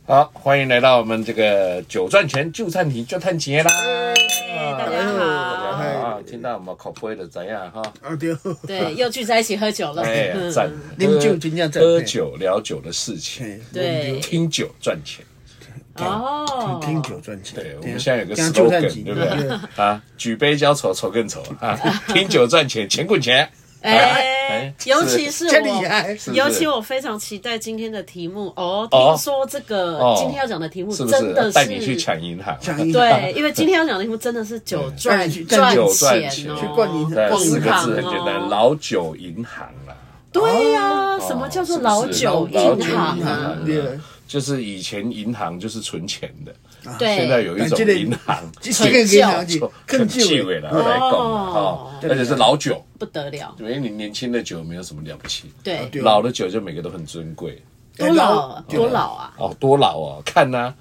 好，欢迎来到我们这个酒赚钱就赚钱就赚钱啦！ 大家好， 啊，听到我们口碑的怎样哈？ 对，又聚在一起喝酒了。 哎，赞！ 啉酒真正赞， 喝酒聊酒的事情， 对， 听酒赚钱。 哦， 听酒赚钱。 对，我们现在有个 slogan， 对不对？啊，举杯浇愁，愁更愁啊！听酒赚钱，钱滚钱。 尤其是我，尤其我非常期待今天的题目哦。听说这个今天要讲的题目真的是带你去抢银行， 对，因为今天要讲的题目真的是酒赚钱哦， 去灌银行， 四个字很简单，老酒银行啦。 对呀，什么叫做老酒银行啊？ 就是以前银行就是存钱的， 对， 现在有一种银行更旧的了，来讲哦，而且是老酒， 不得了。 因为你年轻的酒没有什么了不起， 对， 老的酒就每个都很尊贵。 多老啊？ 哦，多老啊！看呐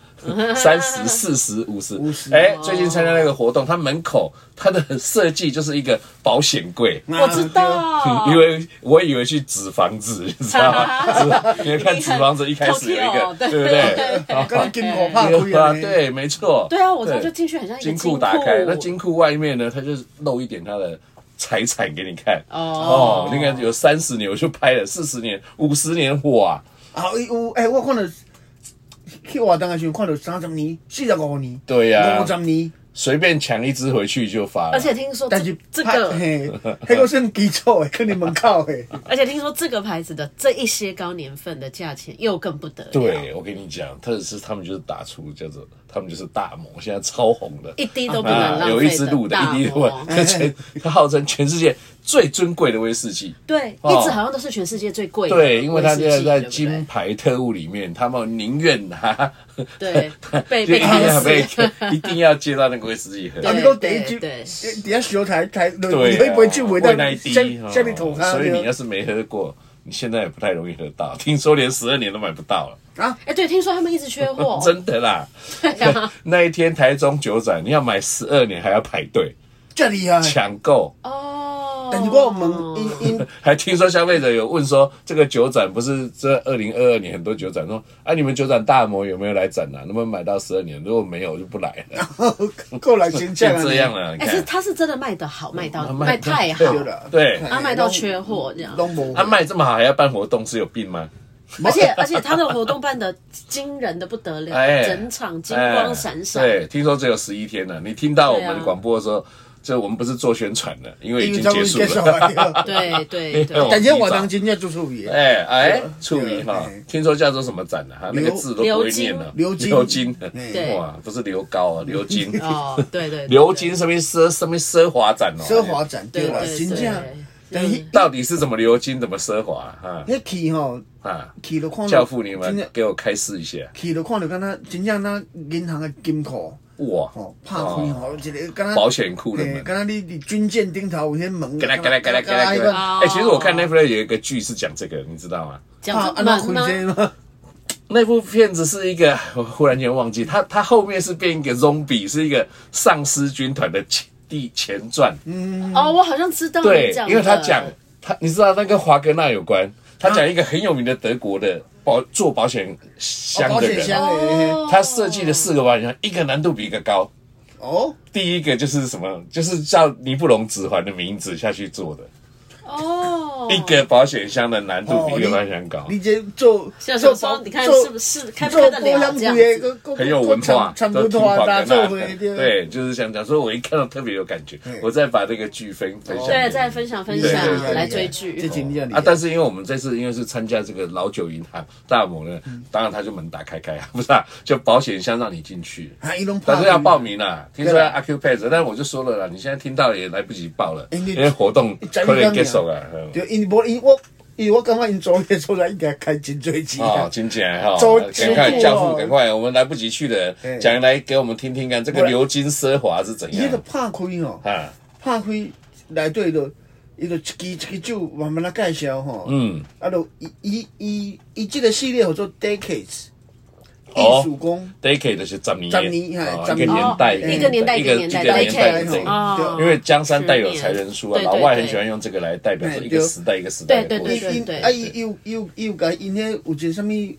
，30、40、50。哎，最近参加那个活动，它门口它的设计就是一个保险柜。 我知道， 我以为去纸房子，你知道吗？因为看纸房子一开始有一个，对不对？ 跟金库怕亏啊！ 对，没错。 对啊，我知道，就进去很像一个金库打开，那金库外面呢，它就露一点它的财产给你看。哦，那个有30年我就拍了，40年、50年，哇！ 啊，有我看到去活动的时候看到30年、45年， 对呀 ，50年， 随便抢一支回去就发了。 而且听说， 但是这个， 那个是基础的，跟你门口的。 而且听说这个牌子的这一些高年份的价钱又更不得了。 对，我跟你讲，特别是他们就是打出叫做。他们就是大魔，现在超红的， 一滴都不能浪费的。 有一支鹿的，一滴都不能。它号称全世界最尊贵的威士忌。对， 一支好像都是全世界最贵的。 对，因为它在金牌特务里面，他们宁愿对被一定要接到那个威士忌喝。 啊，你讲第一支，底下烧台，有一杯酒味道， 那一滴， 下面吐所以你要是没喝过，你现在也不太容易喝到。听说连12年都买不到了。 啊， 对，听说他们一直缺货， 真的啦。那一天台中酒展，你要买12年还要排队， 这厉害， 抢购哦。 但是我问， 还听说消费者有问说，这个酒展不是这2022年很多酒展说，你们酒展大模有没有来展啊？能不能买到12年？如果没有，我就不来了。 过来先这样了。 他是真的卖得好，卖太好了， 对， 卖到缺货这样。 卖这么好还要办活动，是有病吗？ 而且他的活动办得惊人的不得了，整场金光闪闪。 对，听说只有11天了。你听到我们广播的时候，这我们不是做宣传的，因为已经结束了。 对， 感觉我当今天做处理。 处理哈，听说叫做什么展呢？那个字都不会念了。鎏金，哇，不是鎏高啊，鎏金。 哦，对， 鎏金什么奢华展哦？ 奢华展对了，真正。 到底是怎么鎏金，怎么奢华啊？ 那去吼去就看到教父，你们给我开示一下。 去就看到，敢若真正那银行的金库哇， 拍开吼，一个敢若保险库的门， 敢若你军舰顶头有些门。 嘎啦。其实我看 Netflix 有一个剧是讲这个，你知道吗？ 讲门吗？ 那部片子是一个，我忽然间忘记，它后面是变一个 zombie， 是一个丧尸军团的前传。 我好像知道。 对，因为他讲你知道那跟华格纳有关，他讲一个很有名的德国的做保险箱的人，他设计了4个保险箱，一个难度比一个高。第一个就是什么，就是叫尼布龙指环的名字下去做的。一个保险箱的难度比一个保险箱高。 你这做， 你看是不是开得了这样子？ 很有文化， 都听华格纳。 对，就是想讲，所以我一看到特别有感觉，我再把这个剧分享。 对，再分享来追剧。 但是因为我们这次因为是参加这个老酒银行大模呢，当然他就门打开啊，不是啊，就保险箱让你进去，但是要报名啦。听说要 Acupass， 但是我就说了啦，你现在听到也来不及报了，因为活动快点结束啊。 对，因为我感觉因做业出来应该开真多钱哦，真正哈，赶快教父，赶快，我们来不及去的，讲来给我们听听看，这个鎏金奢华是怎样？ 伊个拍开哦，拍开内底就伊就一支酒慢慢来介绍吼，就伊这个系列叫做 Decades。艺术工 ，decade 就是10年， 一个年代， 一个年代， 因为江山代有才人书啊，老外很喜欢用这个来代表说一个时代一个时代的过去。 伊有甲因迄有一个什么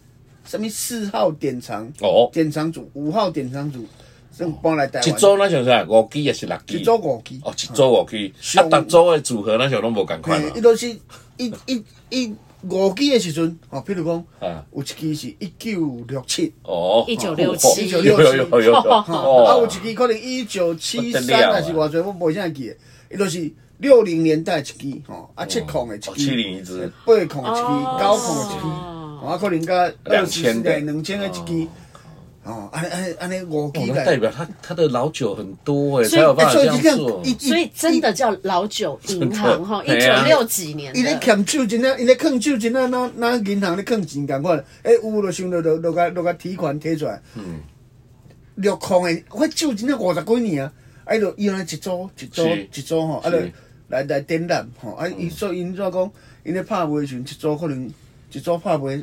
什么4号典藏典藏组、5号典藏组，算搬来台湾。 一组那像啥5支还是6支？ 一组5支。 哦，一组5支。啊，逐组的组合那像拢无共款嘛。 伊都是5支的时阵，譬如讲，有一支是1967。 哦 ，1967。 有。 啊，有一支可能1973还是偌济，我无啥记的。伊都是60年代一支，7孔的一支 ，70一支 ，8孔一支，9孔一支，啊，可能甲2000的2000的一支。安尼5支来，代表他的老酒很多才有办法这样做。 所以真的叫老酒银行哈，1960几年的。 伊咧欠酒真啊，伊咧藏酒真啊，那银行咧藏钱共款。有就想落甲提款提出来。6孔的，我酒真啊50几年啊，就伊安尼一组吼，来展览吼，所以因怎讲，因咧拍卖时阵一组可能一组拍卖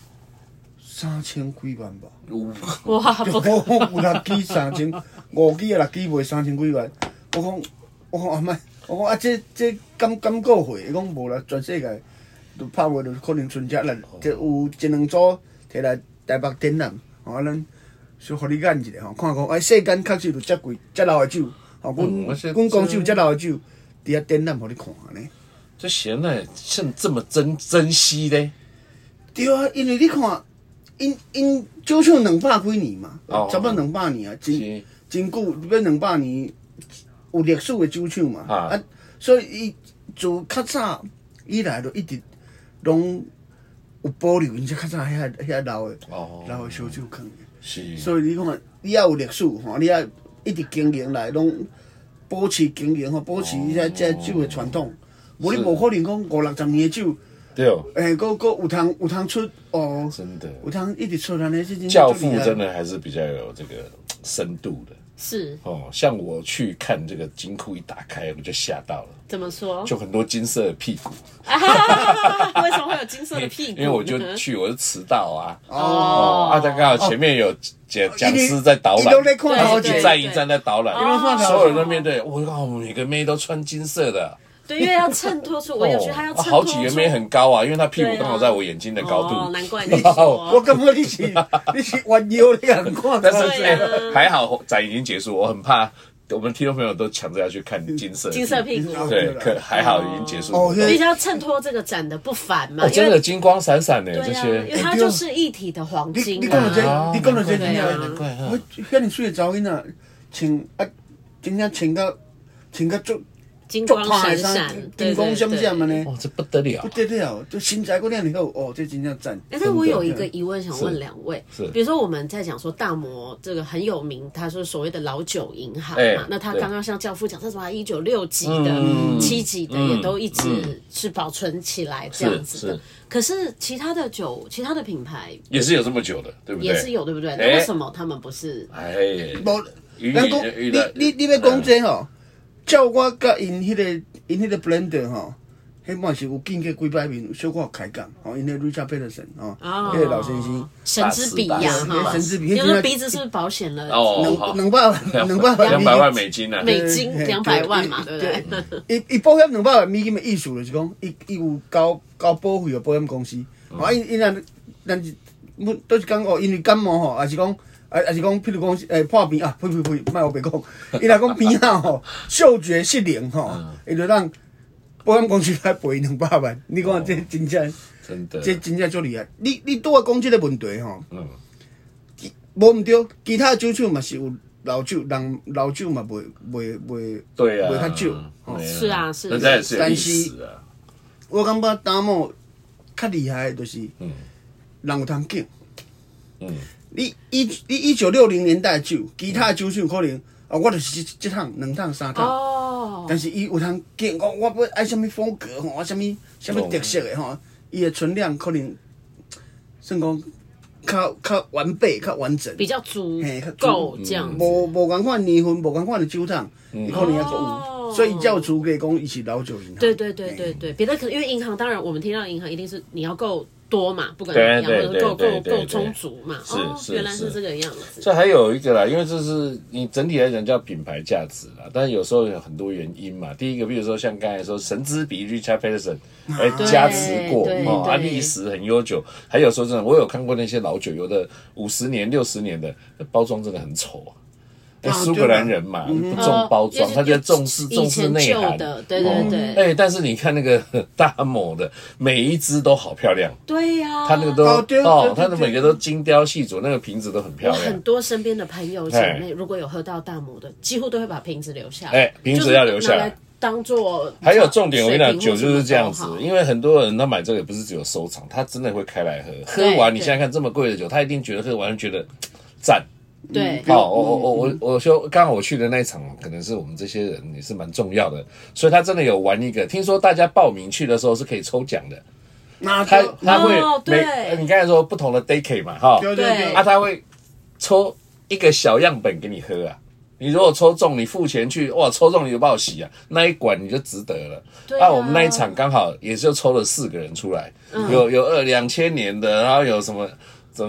3000几万吧。 哇！ 有6支3000，5支啊6支卖3000几万。我讲阿妈，我讲这敢过会？伊讲无啦，全世界都拍卖就可能剩只咱就有1-2组摕来台北展览，咱小互你眼一下看看，世间确实有遮贵、遮老的酒，阮公司有遮老的酒，伫遐展览互你看呢。 这现在像这么珍惜咧？ 对啊，因为你看。因酒厂200几年嘛，差不多200年啊，真久，要200年有历史的酒厂嘛，所以伊自较早以来就一直拢有保留因遮较早遐老的烧酒坑的，所以你看，你要有历史吼，你要一直经营来，拢保持经营吼，保持遮酒的传统，无你无可能讲50-60年的酒。 对哦， 有通出哦， 真的， 有通一直出来呢。 教父真的还是比较有这个深度的， 是像我去看这个金库一打开，我就吓到了。 怎么说？ 就很多金色的屁股。 为什么会有金色的屁股？ 因为我就去，我是迟到啊。他刚好前面有讲师在导览，一站一站在导览，所有人都面对，每个妹都穿金色的。 对，因为要衬托出，我有觉得他要衬托出。 好几个妹很高啊，因为他屁股刚好在我眼睛的高度。 难怪你说。 我感觉你是弯腰你很看。 但是还好展已经结束，我很怕我们听众朋友都抢着要去看金色屁股。 对，可还好已经结束。 比较衬托这个展的不凡嘛。 真的金光闪闪的这些， 因为它就是一体的黄金。 你讲到这真的，我遐尼水的查某囡仔真正穿到足。 金光闪闪， 金光闪闪的呢！ 哇，这不得了， 不得了！就身材嗰样好，这真正赞。 但我有一个疑问想问2位，比如说我们在讲说大摩这个很有名，他说所谓的老酒银行嘛，那他刚刚像教父讲，这什么1960级的、7级的也都一直是保存起来这样子的。可是其他的酒，其他的品牌也是有这么久的，对不对？ 也是有，对不对？那为什么他们不是？ 你要讲这吼？照我甲因迄个 blender 吼，迄嘛是有见过几摆面，小可开讲吼，因迄 Richard Peterson 迄个老先生， 神之笔呀哈， 神之笔， 因为鼻子是不是保险了 ？200 万美金啊， 美金200万嘛，对不对？伊保险200万美金的意思就是讲，伊有交保费的保险公司，因咱都是讲因为感冒吼，还是讲。譬如讲，破病啊，呸，莫我白讲，伊若讲鼻仔吼，嗅觉失灵吼，伊就让保险公司来赔200万。你看这真正，这真正足厉害。你拄啊讲这个问题吼，无毋对，其他酒厂嘛是有老酒，人老酒嘛卖较少。 是啊，是。 但是， 我感觉大摩较厉害的就是，人有通敬。你1960年代酒，其他酒厂可能我就是一趟、2趟、3趟，但是伊有通见我要爱什么风格吼，我什么特色的吼，伊的存量可能算讲较完备、较完整， 比较足够这样子。 无共款年份，无共款的酒厂，伊可能也有，所以才有资格讲伊是老酒银行。 对，别的可能因为银行，当然我们听到银行一定是你要够多嘛，不管怎么样，或者够充足嘛。 是， 原来是这个样子。 这还有一个啦，因为这是你整体来讲叫品牌价值啦，但是有时候有很多原因嘛。第一个，比如说像刚才说神之笔 Richard Peterson， 加持过历史很悠久。还有说真的，我有看过那些老酒，有的50年、60年的包装真的很丑啊。苏格兰人嘛，不重包装，他就重视内涵的，对。 但是你看那个大摩的，每一支都好漂亮。 对呀， 他那个都他的每个都精雕细琢，那个瓶子都很漂亮。 很多身边的朋友姐妹，如果有喝到大摩的，几乎都会把瓶子留下。 瓶子要留下来。 当做还有重点，我跟你讲，酒就是这样子，因为很多人他买这个也不是只有收藏，他真的会开来喝。喝完你现在看这么贵的酒，他一定觉得喝完觉得赞。 对， 好，我说刚好我去的那一场，可能是我们这些人也是蛮重要的，所以他真的有玩一个，听说大家报名去的时候是可以抽奖的，他会你刚才说不同的 decade 嘛， 对， 他会抽一个小样本给你喝啊，你如果抽中，你付钱去，哇，抽中你就报喜啊，那一管你就值得了。我们那一场刚好也就抽了4个人出来，有2000年的，然后有什么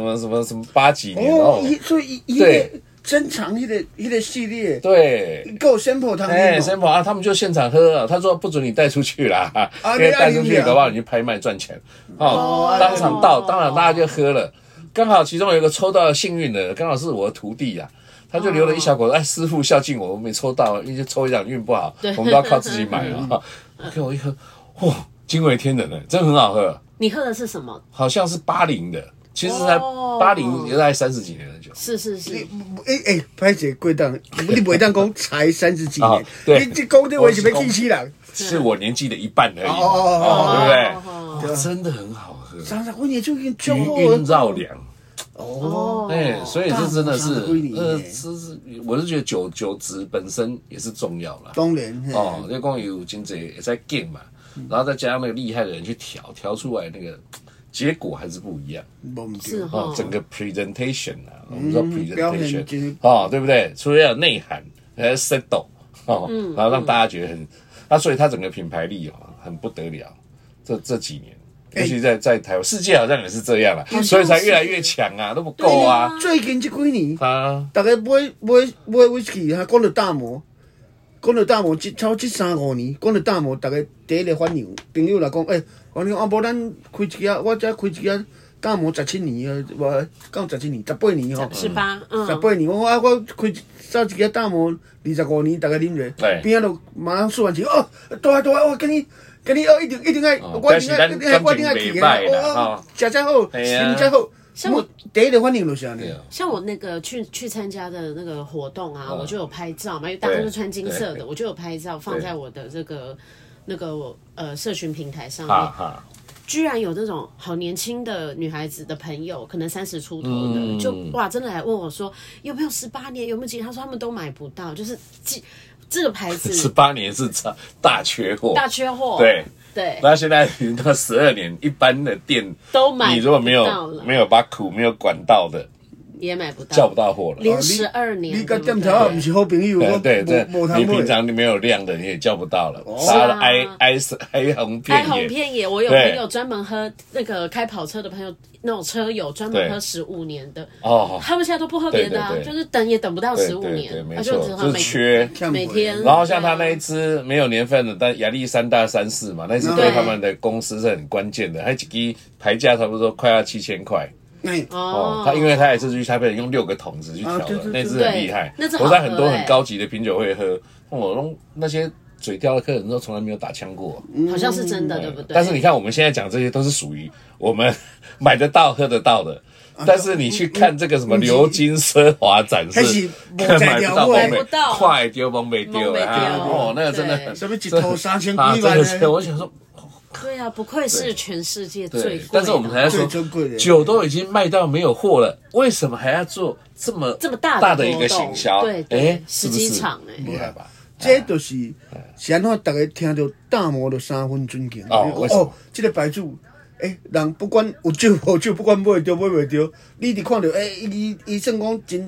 80几年， 所以对珍藏一个系列， 对， 够 sample 他们 sample 啊，他们就现场喝，他说不准你带出去啦，因为带出去搞不好你去拍卖赚钱，当场到，当然大家就喝了，刚好其中有一个抽到幸运的，刚好是我的徒弟啊。他就留了一小口，师傅孝敬我，我没抽到，因为抽一张运不好，我们都要靠自己买了。给我一喝，哇，惊为天人了，真的很好喝。 你喝的是什么？ 好像是80的，其实才80，也大概30几年的酒。 是。 拍姐贵档，你不会当讲才30几年， 对， 你这讲的我是要气死人。 是我年纪的一半而已，对不对？真的很好喝 ，30年就已经余韵绕梁。所以这真的是，我是觉得酒质本身也是重要啦。 当然， 因为光有经济也在建嘛，然后再加上那个厉害的人去调出来，那个结果还是不一样。 是整个 presentation 啊，我们说 presentation 对不对？除了要有内涵，还要 settle 然后让大家觉得很，所以它整个品牌力很不得了。这几年。尤其在台湾，世界好像也是这样啦，所以才越来越强啊，都不够啊。 最近这几年，大家买威士忌，讲到大摩，超这3-5年，讲到大摩，大家第一个反应，朋友来讲，反正无咱开一家，我才开一家大摩17年啊，无讲17年，18年吼，18年，我开造一家大摩25年，大家啉者，边仔就马上说完钱，大，我跟你一定爱，我一定爱去的，食才好，啉才好。像我第一个反应就是这样。 像我那个去参加的那个活动啊，我就有拍照嘛，因为大家都穿金色的，我就有拍照放在我的这个社群平台上面。居然有这种好年轻的女孩子的朋友，可能30出头的，就哇，真的来问我说有没有18年，有没有几年？他说他们都买不到，就是这个牌子 18年是大缺货，对。那现在到12年，一般的店都买不到了， 你如果没有把苦没有管道的。 也买不到， 叫不到货了， 连12年。 你跟店头不是好朋友， 对，你平常你没有量的，你也叫不到了。杀了哀鸿遍野。 我有朋友专门喝那个开跑车的朋友，那种车友专门喝15年的。他们现在都不喝别的，就是等也等不到15年， 没错，就是缺每天。 然后像他那一支没有年份的，但亚历山大3世嘛，那支对他们的公司是很关键的，还几支牌价差不多快要7000块。因为他也是去台北用6个桶子去调的，那支很厉害。我在很多很高级的品酒会喝，那些嘴刁的客人都从来没有打枪过， 好像是真的，对不对？ 但是你看我们现在讲这些都是属于我们买得到喝得到的，但是你去看这个什么流金奢华展示， 买不到， 快丢崩没丢啊！那个真的很， 什么一头3000几万呢？ 我想说。 对啊，不愧是全世界最贵的。 但是我们还在说，酒都已经卖到没有货了，为什么还要做这么大的一个行销？ 对，10几场厉害吧？ 这就是安怎大家听到大摩就3分尊敬这个牌子，人不管有酒无酒，不管买得到买袂到，你一看到伊算讲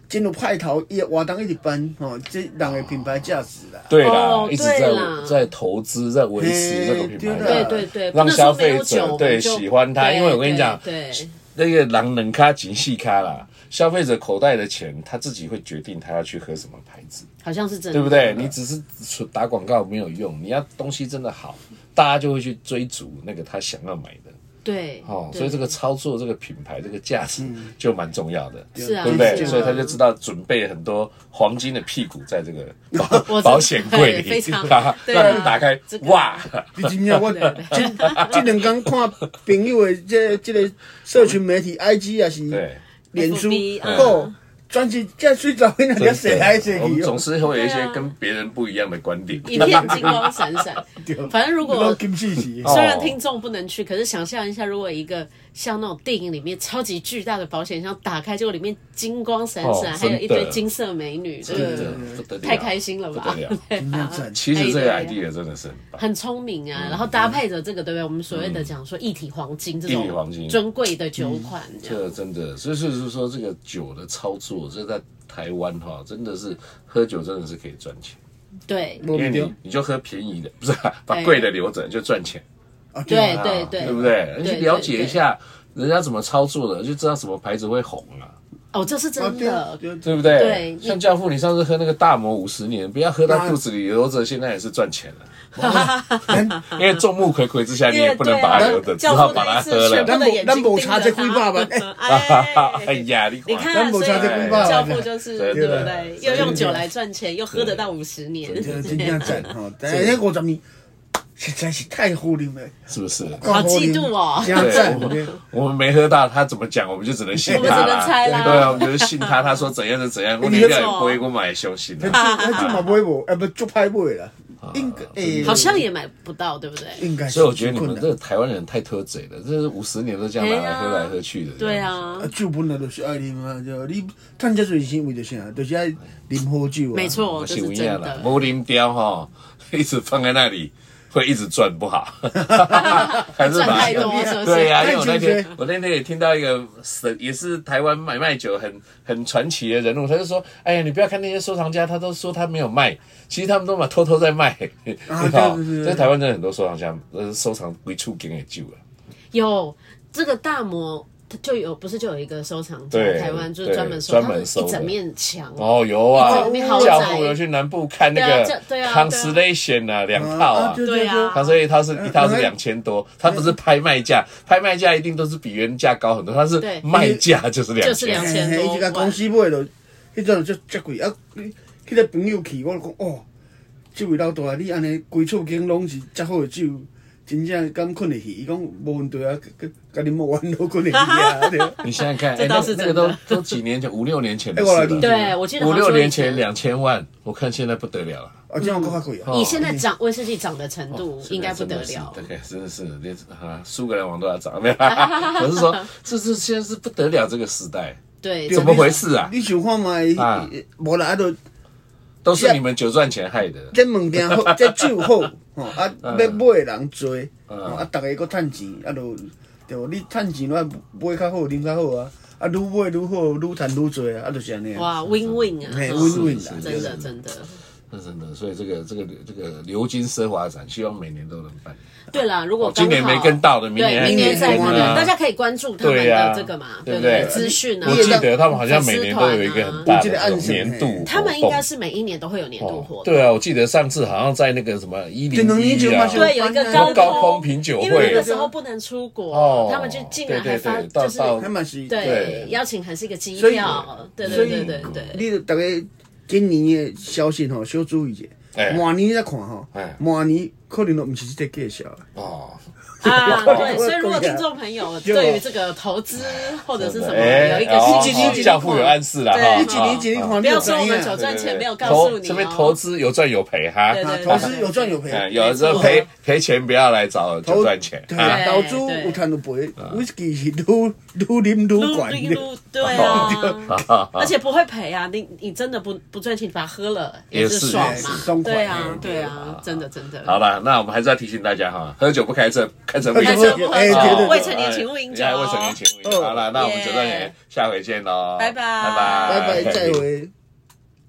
真有派头，伊活动一直办吼，这人的品牌价值啦。 对啦，一直在投资，在维持这个品牌， 对， 让消费者对喜欢它。因为我跟你讲， 对那个人能卡紧细卡啦，消费者口袋的钱，他自己会决定他要去喝什么牌子， 好像是真的， 对不对？你只是打广告没有用，你要东西真的好，大家就会去追逐那个他想要买的。 对， 所以这个操作这个品牌这个价值就蛮重要的， 是啊， 对不对？所以他就知道准备很多黄金的屁股在这个保险柜里，让你打开，哇！ 你真正我这两天看朋友的这个社群媒体 IG 啊是脸书哦。专辑这睡着，那叫谁来谁去？ 我们总是会有一些跟别人不一样的观点， 一片金光闪闪。反正如果虽然听众不能去，可是想象一下，如果一个像那种电影里面超级巨大的保险箱打开，结果里面金光闪闪，还有一堆金色美女，这个太开心了吧？ 其实这个 idea 真的是很聪明啊，然后搭配着这个，对不对？我们所谓的讲说一体黄金这种尊贵的酒款， 这真的，所以是说这个酒的操作。这在台湾哈，真的是喝酒真的是可以赚钱。 对， 因为你就喝便宜的，不是把贵的留着就赚钱。 对， 对不对？你去了解一下人家怎么操作的，就知道什么牌子会红啊。 哦，这是真的， 对不对？对，像教父，你上次喝那个大摩50年，不要喝到肚子里留着，现在也是赚钱了。因为众目睽睽之下，你也不能把它留着，只好把它喝了。 咱无差这几百万， 哎呀， 你看，咱无差这几百万，教父就是对不对？又用酒来赚钱，又喝得到50年， 真正赞哈！但是那50年实在是太好啉了， 是不是？ 好嫉妒哦！ 对，我们没喝到，他怎么讲，我们就只能信他啦。 我们只能猜啦。 对啊，我们就是信他，他说怎样就怎样。我连料也不会，我买相信了。 那就嘛买无，不就歹买啦。 好像也买不到，对不对？ 应该。 所以我觉得你们这个台湾人太偷贼了，这是50年都这样拿来喝来喝去的。 对啊， 酒本来就是爱啉啊，就你赚这侪钱为着啥？就是爱啉好酒啊。 没错，这是真的。 无啉掉哈，一直放在那里。会一直赚不好，还是赚太多，是不是？ 对呀，因为我那天也听到一个也是台湾买卖酒很传奇的人物，他就说：“哎呀，你不要看那些收藏家，他都说他没有卖，其实他们都嘛偷偷在卖。”在台湾真的很多收藏家收藏归处给你酒了。 有这个大摩。就有一个收藏家，台湾就是专门收一整面墙。 哦，有啊，教父有去南部看那个 Constellation 啊，2套啊， 对啊， 他说一套是2000多，他不是拍卖价，拍卖价一定都是比原价高很多，他是卖价就是 2000多。 一个公司买的，迄阵就足贵啊！迄个朋友去，我讲哦，这位老大，你安尼规厝间拢是遮好的酒。真正敢困得起，伊讲无问题啊，跟你们玩都困得起啊！ 你想想看，那个都几年前，5、6年前的事了。 对，我记得 5、6年前2000万，我看现在不得了了。 这样更加贵啊！ 以现在威士忌涨的程度，应该不得了。 对，真的是连苏格兰王都要涨，没有？我是说，这现在是不得了这个时代。 对， 怎么回事啊？ 你想看嘛？无啦， 都是你们酒赚钱害的。 这门店好，这酒好，要买的人多，大家搁趁钱，对不？你趁钱了，买较好，啉较好啊，愈买愈好，愈赚愈多啊，就是安尼。 哇 ，win win 啊 ，win win 啦， 真的。 真的，所以这个流金奢华展，希望每年都能办。 对啦，如果今年没跟到的，明年再办，大家可以关注他们的这个嘛，对不对？资讯啊， 我记得他们好像每年都有一个很大的年度， 他们应该是每一年都会有年度活动。 对啊，我记得上次好像在那个什么101啊， 对，有一个高空品酒会， 因为那个时候不能出国，他们就竟然还发，就是对邀请函是一个机票，对。 你大概今年的消息吼，小注意一下。明年再看吼，明年可能都不是这个介绍哦。 对，所以如果听众朋友对于这个投资或者是什么有一个兴趣， 教父有暗示了哈。 你几年不要说我们酒赚钱没有告诉你， 这边投资有赚有赔哈。 投资有赚有赔， 有的时候赔钱不要来找酒赚钱。 投资有赚有赔，威士忌是愈啉愈管。 对啊，而且不会赔啊！你真的不赚钱，把它喝了也是爽嘛。对啊，真的。 好了， 那我们还是要提醒大家哈，喝酒不开车，开车不开饮酒， 车不喝酒，未成年请勿饮酒。 未成年请勿饮酒。好了，那我们酒庄园下回见喽， 拜拜， 拜拜，再会。